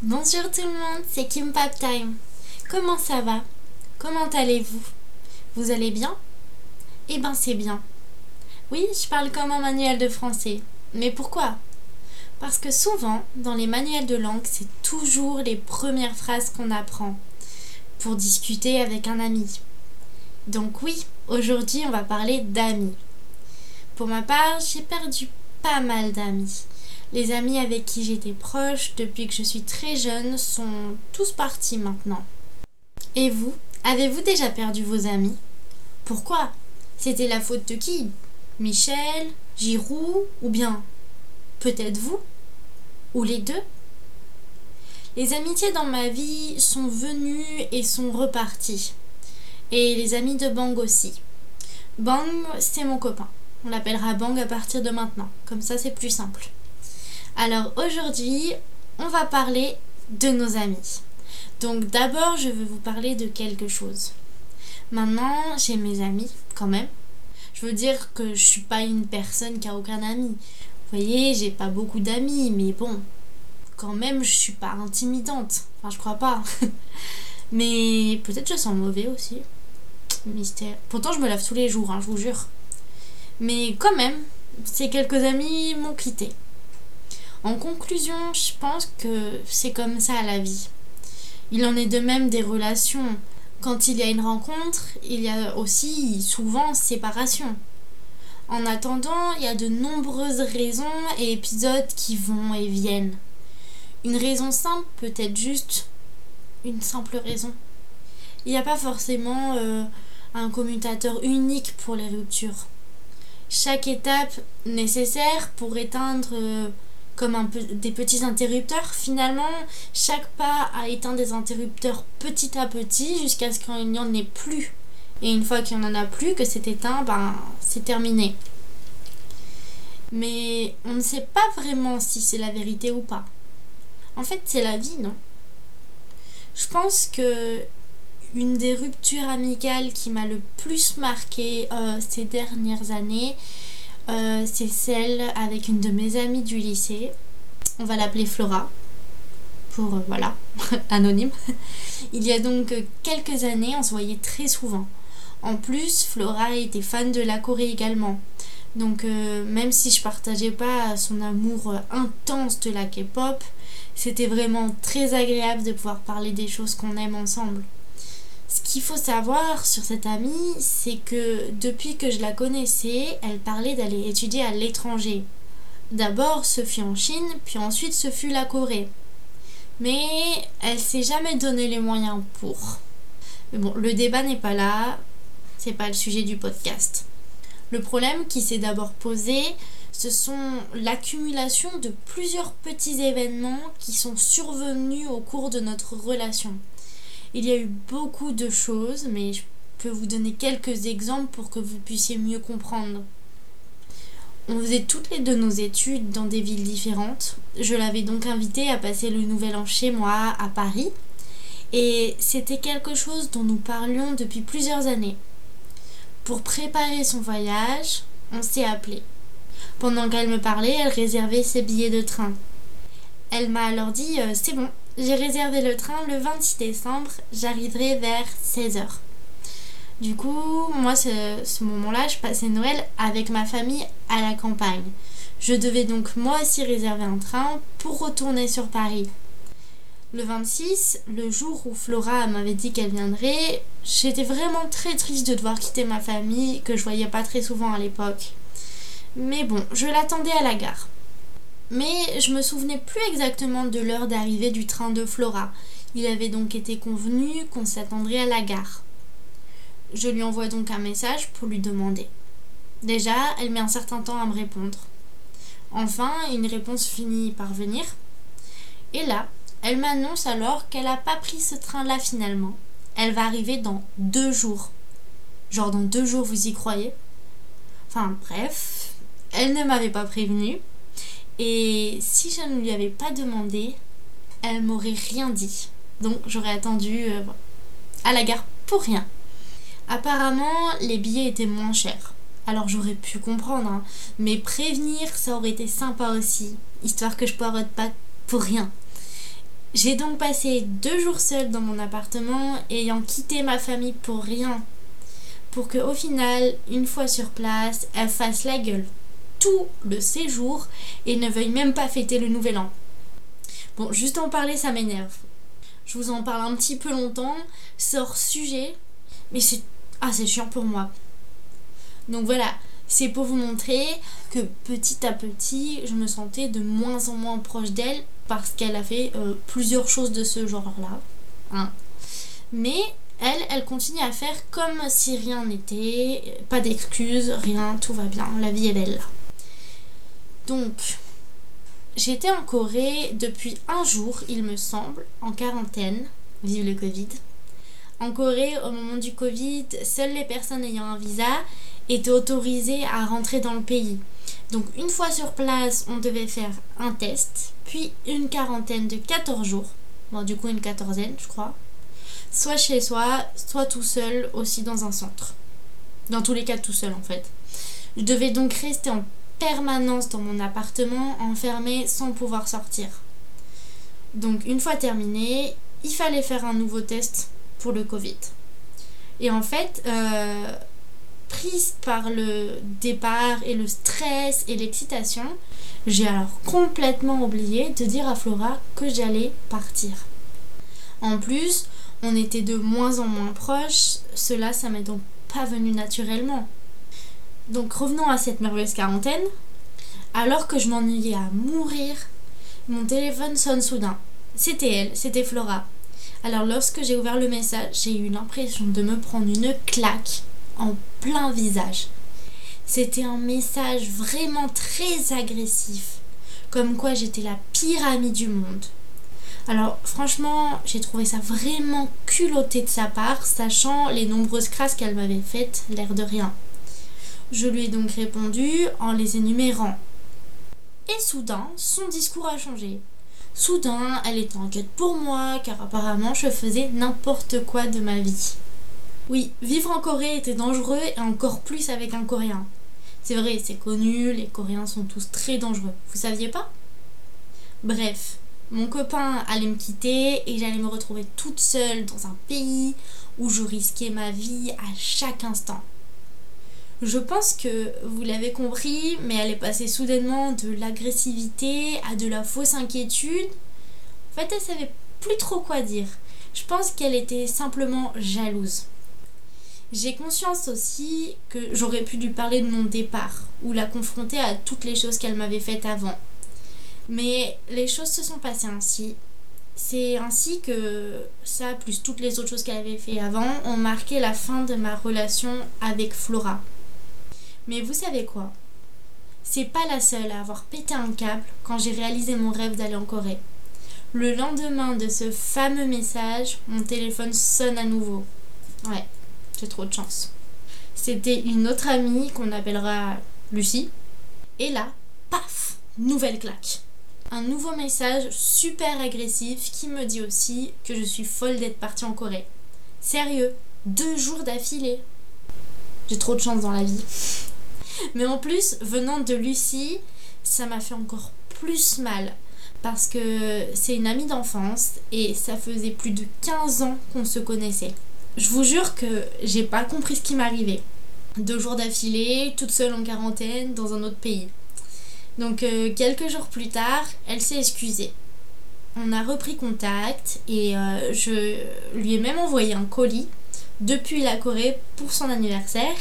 Bonjour tout le monde, c'est Kim Pap Time. Comment ça va? Comment allez-vous? Vous allez bien? Eh ben c'est bien. Oui, je parle comme un manuel de français. Mais pourquoi? Parce que souvent, dans les manuels de langue, c'est toujours les premières phrases qu'on apprend pour discuter avec un ami. Donc oui, aujourd'hui on va parler d'amis. Pour ma part, j'ai perdu pas mal d'amis. Les amis avec qui j'étais proche depuis que je suis très jeune sont tous partis maintenant. Et vous, avez-vous déjà perdu vos amis? Pourquoi? C'était la faute de qui? Michel, Giroud ou bien peut-être vous? Ou les deux? Les amitiés dans ma vie sont venues et sont reparties. Et les amis de Bang aussi. Bang, c'est mon copain. On l'appellera Bang à partir de maintenant. Comme ça, c'est plus simple. Alors aujourd'hui, on va parler de nos amis. Donc d'abord, je veux vous parler de quelque chose. Maintenant, j'ai mes amis, quand même. Je veux dire que je suis pas une personne qui a aucun ami. Vous voyez, j'ai pas beaucoup d'amis, mais bon, quand même, je suis pas intimidante. Enfin, je crois pas. Mais peut-être je sens mauvais aussi. Mystère. Pourtant, je me lave tous les jours, je vous jure. Mais quand même, ces quelques amis m'ont quitté. En conclusion, je pense que c'est comme ça la vie. Il en est de même des relations. Quand il y a une rencontre, il y a aussi souvent séparation. En attendant, il y a de nombreuses raisons et épisodes qui vont et viennent. Une raison simple peut être juste une simple raison. Il n'y a pas forcément un commutateur unique pour les ruptures. Chaque étape nécessaire pour éteindre comme des petits interrupteurs, finalement, chaque pas a éteint des interrupteurs petit à petit jusqu'à ce qu'il n'y en ait plus. Et une fois qu'il n'y en a plus, que c'est éteint, c'est terminé. Mais on ne sait pas vraiment si c'est la vérité ou pas. En fait, c'est la vie, non? Je pense que une des ruptures amicales qui m'a le plus marquée ces dernières années, c'est celle avec une de mes amies du lycée. On va l'appeler Flora, pour voilà, anonyme. Il y a donc quelques années, on se voyait très souvent. En plus, Flora était fan de la Corée également. Donc même si je partageais pas son amour intense de la K-pop, c'était vraiment très agréable de pouvoir parler des choses qu'on aime ensemble. Ce qu'il faut savoir sur cette amie, c'est que depuis que je la connaissais, elle parlait d'aller étudier à l'étranger. D'abord, ce fut en Chine, puis ensuite ce fut la Corée. Mais elle s'est jamais donné les moyens pour. Mais bon, le débat n'est pas là, c'est pas le sujet du podcast. Le problème qui s'est d'abord posé, ce sont l'accumulation de plusieurs petits événements qui sont survenus au cours de notre relation. Il y a eu beaucoup de choses, mais je peux vous donner quelques exemples pour que vous puissiez mieux comprendre. On faisait toutes les deux nos études dans des villes différentes. Je l'avais donc invitée à passer le nouvel an chez moi, à Paris. Et c'était quelque chose dont nous parlions depuis plusieurs années. Pour préparer son voyage, on s'est appelés. Pendant qu'elle me parlait, elle réservait ses billets de train. Elle m'a alors dit « C'est bon, j'ai réservé le train le 26 décembre, j'arriverai vers 16h. » Du coup, moi, ce moment-là, je passais Noël avec ma famille à la campagne. Je devais donc moi aussi réserver un train pour retourner sur Paris. Le 26, le jour où Flora m'avait dit qu'elle viendrait, j'étais vraiment très triste de devoir quitter ma famille, que je voyais pas très souvent à l'époque. Mais bon, je l'attendais à la gare. Mais je me souvenais plus exactement de l'heure d'arrivée du train de Flora. Il avait donc été convenu qu'on s'attendrait à la gare. Je lui envoie donc un message pour lui demander. Déjà, elle met un certain temps à me répondre. Enfin, une réponse finit par venir. Et là, elle m'annonce alors qu'elle n'a pas pris ce train-là finalement. Elle va arriver dans 2 jours. Genre dans 2 jours, vous y croyez? Enfin bref, elle ne m'avait pas prévenue. Et si je ne lui avais pas demandé, elle m'aurait rien dit. Donc j'aurais attendu à la gare pour rien. Apparemment, les billets étaient moins chers. Alors j'aurais pu comprendre, mais prévenir, ça aurait été sympa aussi, histoire que je poireaute pas pour rien. J'ai donc passé 2 jours seule dans mon appartement, ayant quitté ma famille pour rien. Pour que au final, une fois sur place, elle fasse la gueule tout le séjour et ne veuille même pas fêter le nouvel an. Bon, juste en parler, ça m'énerve. Je vous en parle un petit peu longtemps, c'est hors sujet, mais c'est chiant pour moi. Donc voilà, c'est pour vous montrer que petit à petit, je me sentais de moins en moins proche d'elle parce qu'elle a fait plusieurs choses de ce genre-là. Hein. Mais elle continue à faire comme si rien n'était, pas d'excuses, rien, tout va bien, la vie est belle. Donc, j'étais en Corée depuis un jour, il me semble, en quarantaine, vive le Covid. En Corée, au moment du Covid, seules les personnes ayant un visa étaient autorisées à rentrer dans le pays. Donc une fois sur place, on devait faire un test, puis une quarantaine de 14 jours, bon du coup une quatorzaine je crois, soit chez soi, soit tout seul aussi dans un centre. Dans tous les cas tout seul en fait. Je devais donc rester en permanence dans mon appartement, enfermée sans pouvoir sortir. Donc une fois terminé, il fallait faire un nouveau test pour le Covid. Et en fait, prise par le départ et le stress et l'excitation, j'ai alors complètement oublié de dire à Flora que j'allais partir. En plus, on était de moins en moins proches, ça m'est donc pas venu naturellement. Donc revenons à cette merveilleuse quarantaine. Alors que je m'ennuyais à mourir, mon téléphone sonne soudain. C'était elle, c'était Flora. Alors lorsque j'ai ouvert le message, j'ai eu l'impression de me prendre une claque en plein visage. C'était un message vraiment très agressif, comme quoi j'étais la pire amie du monde. Alors franchement, j'ai trouvé ça vraiment culotté de sa part, sachant les nombreuses crasses qu'elle m'avait faites, l'air de rien. Je lui ai donc répondu en les énumérant. Et soudain, son discours a changé. Soudain, elle était en quête pour moi, car apparemment je faisais n'importe quoi de ma vie. Oui, vivre en Corée était dangereux et encore plus avec un Coréen. C'est vrai, c'est connu, les Coréens sont tous très dangereux. Vous saviez pas ? Bref, mon copain allait me quitter et j'allais me retrouver toute seule dans un pays où je risquais ma vie à chaque instant. Je pense que vous l'avez compris, mais elle est passée soudainement de l'agressivité à de la fausse inquiétude. En fait, elle savait plus trop quoi dire. Je pense qu'elle était simplement jalouse. J'ai conscience aussi que j'aurais pu lui parler de mon départ ou la confronter à toutes les choses qu'elle m'avait faites avant. Mais les choses se sont passées ainsi. C'est ainsi que ça, plus toutes les autres choses qu'elle avait fait avant, ont marqué la fin de ma relation avec Flora. Mais vous savez quoi ? C'est pas la seule à avoir pété un câble quand j'ai réalisé mon rêve d'aller en Corée. Le lendemain de ce fameux message, mon téléphone sonne à nouveau. Ouais, j'ai trop de chance. C'était une autre amie qu'on appellera Lucie. Et là, paf, nouvelle claque. Un nouveau message super agressif qui me dit aussi que je suis folle d'être partie en Corée. Sérieux, 2 jours d'affilée. J'ai trop de chance dans la vie. Mais en plus, venant de Lucie, ça m'a fait encore plus mal. Parce que c'est une amie d'enfance et ça faisait plus de 15 ans qu'on se connaissait. Je vous jure que j'ai pas compris ce qui m'arrivait. 2 jours d'affilée, toute seule en quarantaine, dans un autre pays. Donc quelques jours plus tard, elle s'est excusée. On a repris contact et je lui ai même envoyé un colis depuis la Corée pour son anniversaire.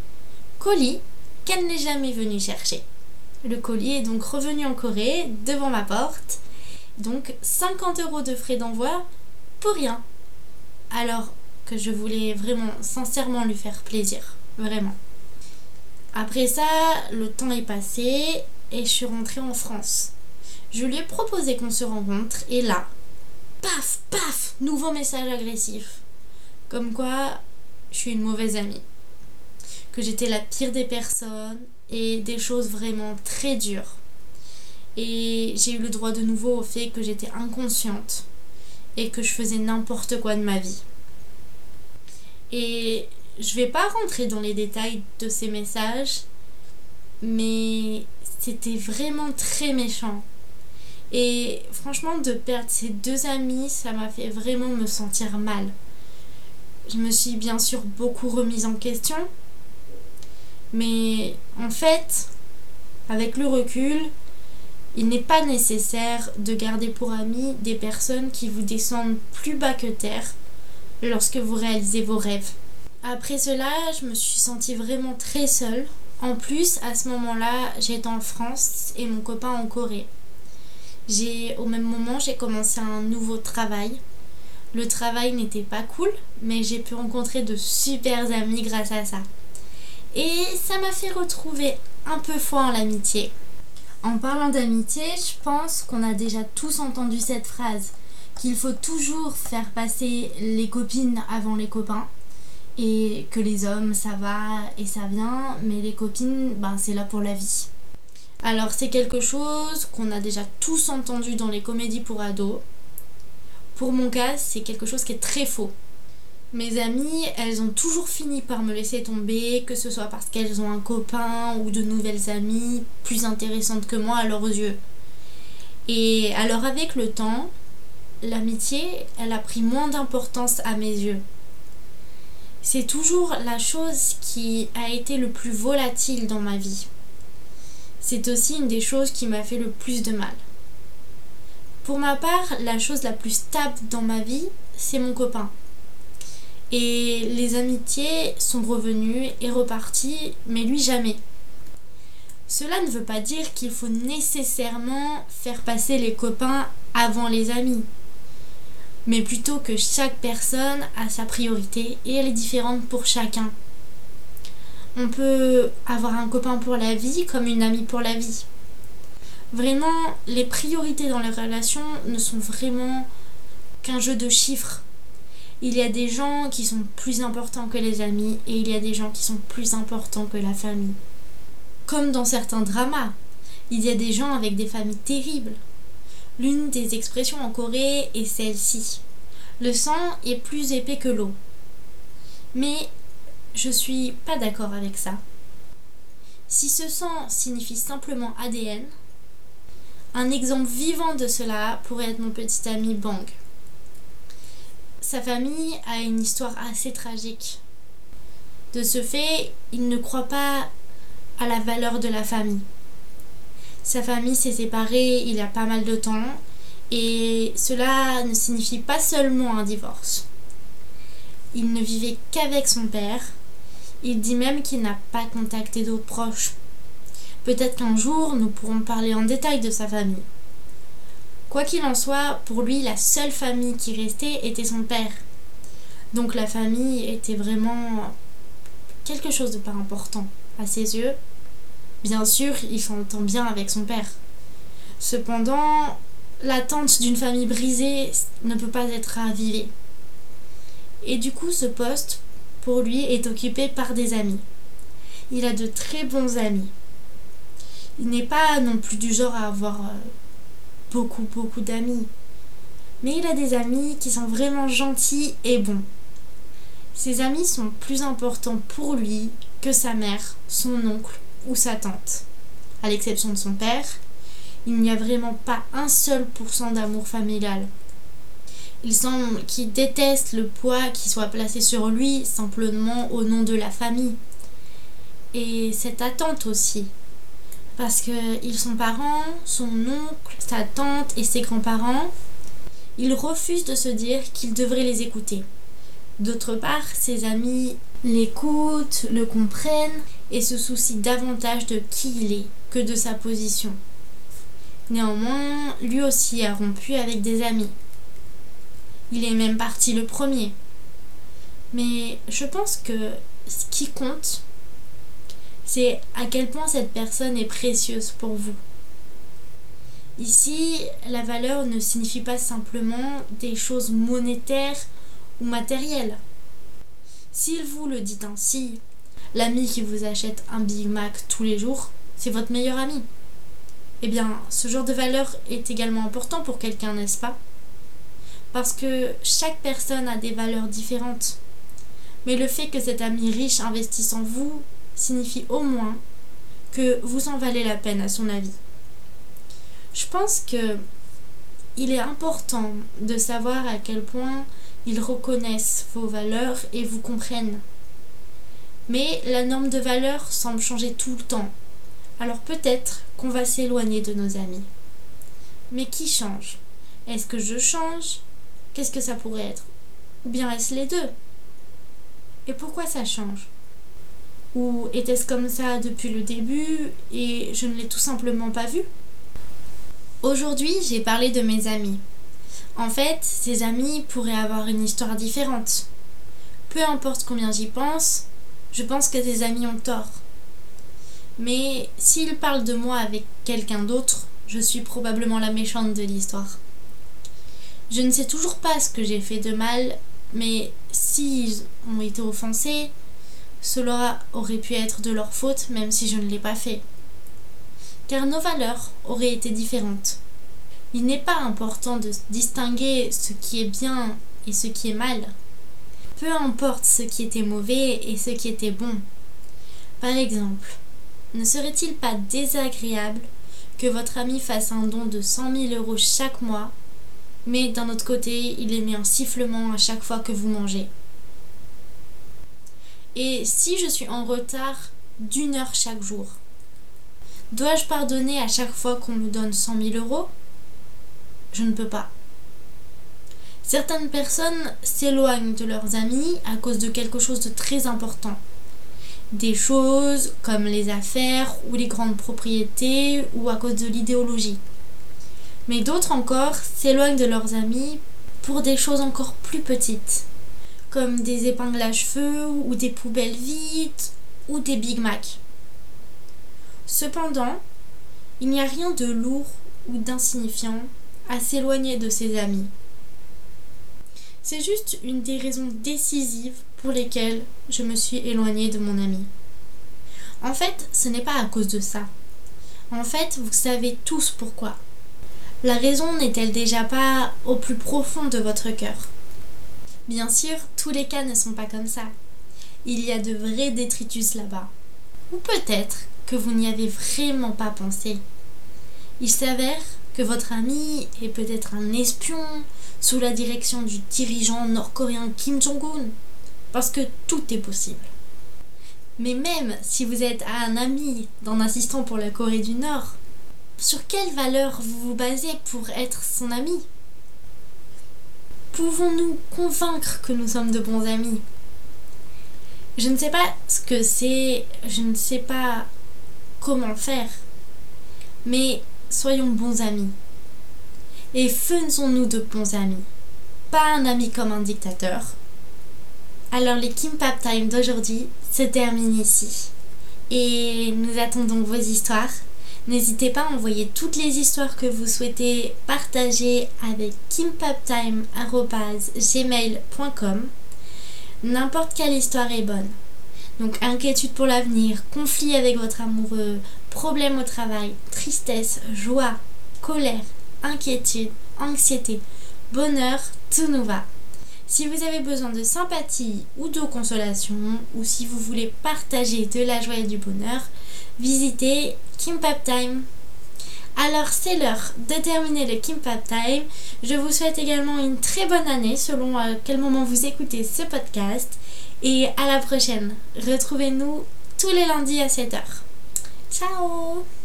Colis qu'elle n'est jamais venue chercher. Le colis est donc revenu en Corée devant ma porte. Donc 50 € de frais d'envoi pour rien. Alors que je voulais vraiment sincèrement lui faire plaisir. Vraiment. Après ça, le temps est passé et je suis rentrée en France. Je lui ai proposé qu'on se rencontre et là, paf, paf, nouveau message agressif. Comme quoi, je suis une mauvaise amie. Que j'étais la pire des personnes et des choses vraiment très dures. Et j'ai eu le droit de nouveau au fait que j'étais inconsciente et que je faisais n'importe quoi de ma vie. Et je vais pas rentrer dans les détails de ces messages, mais c'était vraiment très méchant. Et franchement, de perdre ces deux amis, ça m'a fait vraiment me sentir mal. Je me suis bien sûr beaucoup remise en question, mais en fait, avec le recul, il n'est pas nécessaire de garder pour amis des personnes qui vous descendent plus bas que terre lorsque vous réalisez vos rêves. Après cela, je me suis sentie vraiment très seule. En plus, à ce moment-là, j'étais en France et mon copain en Corée. Au même moment, j'ai commencé un nouveau travail. Le travail n'était pas cool, mais j'ai pu rencontrer de super amis grâce à ça. Et ça m'a fait retrouver un peu foi en l'amitié. En parlant d'amitié, je pense qu'on a déjà tous entendu cette phrase, qu'il faut toujours faire passer les copines avant les copains, et que les hommes, ça va et ça vient, mais les copines, c'est là pour la vie. Alors c'est quelque chose qu'on a déjà tous entendu dans les comédies pour ados. Pour mon cas, c'est quelque chose qui est très faux. Mes amies, elles ont toujours fini par me laisser tomber, que ce soit parce qu'elles ont un copain ou de nouvelles amies plus intéressantes que moi à leurs yeux. Et alors avec le temps, l'amitié, elle a pris moins d'importance à mes yeux. C'est toujours la chose qui a été le plus volatile dans ma vie. C'est aussi une des choses qui m'a fait le plus de mal. Pour ma part, la chose la plus stable dans ma vie, c'est mon copain. Et les amitiés sont revenues et reparties, mais lui jamais. Cela ne veut pas dire qu'il faut nécessairement faire passer les copains avant les amis, mais plutôt que chaque personne a sa priorité et elle est différente pour chacun. On peut avoir un copain pour la vie comme une amie pour la vie. Vraiment, les priorités dans les relations ne sont vraiment qu'un jeu de chiffres. Il y a des gens qui sont plus importants que les amis et il y a des gens qui sont plus importants que la famille. Comme dans certains dramas, il y a des gens avec des familles terribles. L'une des expressions en Corée est celle-ci. Le sang est plus épais que l'eau. Mais je suis pas d'accord avec ça. Si ce sang signifie simplement ADN, un exemple vivant de cela pourrait être mon petit ami Bang. Sa famille a une histoire assez tragique. De ce fait, il ne croit pas à la valeur de la famille. Sa famille s'est séparée il y a pas mal de temps et cela ne signifie pas seulement un divorce. Il ne vivait qu'avec son père. Il dit même qu'il n'a pas contacté d'autres proches. Peut-être qu'un jour, nous pourrons parler en détail de sa famille. Quoi qu'il en soit, pour lui, la seule famille qui restait était son père. Donc la famille était vraiment quelque chose de pas important à ses yeux. Bien sûr, il s'entend bien avec son père. Cependant, l'attente d'une famille brisée ne peut pas être ravivée. Et du coup, ce poste, pour lui, est occupé par des amis. Il a de très bons amis. Il n'est pas non plus du genre à avoir beaucoup d'amis. Mais il a des amis qui sont vraiment gentils et bons. Ses amis sont plus importants pour lui que sa mère, son oncle ou sa tante. À l'exception de son père, il n'y a vraiment pas un seul % d'amour familial. Il semble qu'il déteste le poids qui soit placé sur lui simplement au nom de la famille. Et cette attente aussi. Parce qu'ils sont parents, son oncle, sa tante et ses grands-parents, il refuse de se dire qu'il devrait les écouter. D'autre part, ses amis l'écoutent, le comprennent et se soucient davantage de qui il est que de sa position. Néanmoins, lui aussi a rompu avec des amis. Il est même parti le premier. Mais je pense que ce qui compte, c'est à quel point cette personne est précieuse pour vous. Ici, la valeur ne signifie pas simplement des choses monétaires ou matérielles. S'il vous le dit ainsi, l'ami qui vous achète un Big Mac tous les jours, c'est votre meilleur ami. Eh bien, ce genre de valeur est également important pour quelqu'un, n'est-ce pas? Parce que chaque personne a des valeurs différentes. Mais le fait que cet ami riche investisse en vous signifie au moins que vous en valez la peine à son avis. Je pense que il est important de savoir à quel point ils reconnaissent vos valeurs et vous comprennent. Mais la norme de valeur semble changer tout le temps. Alors peut-être qu'on va s'éloigner de nos amis. Mais qui change? Est-ce que je change? Qu'est-ce que ça pourrait être? Ou bien est-ce les deux? Et pourquoi ça change? Ou était-ce comme ça depuis le début et je ne l'ai tout simplement pas vu? Aujourd'hui, j'ai parlé de mes amis. En fait, ces amis pourraient avoir une histoire différente. Peu importe combien j'y pense, je pense que tes amis ont tort. Mais s'ils parlent de moi avec quelqu'un d'autre, je suis probablement la méchante de l'histoire. Je ne sais toujours pas ce que j'ai fait de mal, mais s'ils ont été offensés, cela aurait pu être de leur faute même si je ne l'ai pas fait. Car nos valeurs auraient été différentes. Il n'est pas important de distinguer ce qui est bien et ce qui est mal. Peu importe ce qui était mauvais et ce qui était bon. Par exemple, ne serait-il pas désagréable que votre ami fasse un don de 100 000 € chaque mois, mais d'un autre côté, il émet un sifflement à chaque fois que vous mangez? Et si je suis en retard d'1 heure chaque jour, dois-je pardonner à chaque fois qu'on me donne 100 000 €? Je ne peux pas. Certaines personnes s'éloignent de leurs amis à cause de quelque chose de très important. Des choses comme les affaires ou les grandes propriétés ou à cause de l'idéologie. Mais d'autres encore s'éloignent de leurs amis pour des choses encore plus petites, comme des épingles à cheveux ou des poubelles vides ou des Big Mac. Cependant, il n'y a rien de lourd ou d'insignifiant à s'éloigner de ses amis. C'est juste une des raisons décisives pour lesquelles je me suis éloignée de mon ami. En fait, ce n'est pas à cause de ça. En fait, vous savez tous pourquoi. La raison n'est-elle déjà pas au plus profond de votre cœur? Bien sûr, tous les cas ne sont pas comme ça. Il y a de vrais détritus là-bas. Ou peut-être que vous n'y avez vraiment pas pensé. Il s'avère que votre ami est peut-être un espion sous la direction du dirigeant nord-coréen Kim Jong-un. Parce que tout est possible. Mais même si vous êtes un ami d'un assistant pour la Corée du Nord, sur quelle valeur vous vous basez pour être son ami? Pouvons-nous convaincre que nous sommes de bons amis? Je ne sais pas ce que c'est, je ne sais pas comment faire, mais soyons bons amis. Et faisons-nous de bons amis. Pas un ami comme un dictateur. Alors les Kimbap Time d'aujourd'hui se terminent ici. Et nous attendons vos histoires. N'hésitez pas à envoyer toutes les histoires que vous souhaitez partager avec kimbaptime@gmail.com. N'importe quelle histoire est bonne. Donc inquiétude pour l'avenir, conflit avec votre amoureux, problème au travail, tristesse, joie, colère, inquiétude, anxiété, bonheur, tout nous va. Si vous avez besoin de sympathie ou de consolation, ou si vous voulez partager de la joie et du bonheur, visitez Kimbap Time. Alors c'est l'heure de terminer le Kimbap Time. Je vous souhaite également une très bonne année selon à quel moment vous écoutez ce podcast. Et à la prochaine. Retrouvez-nous tous les lundis à 7h. Ciao!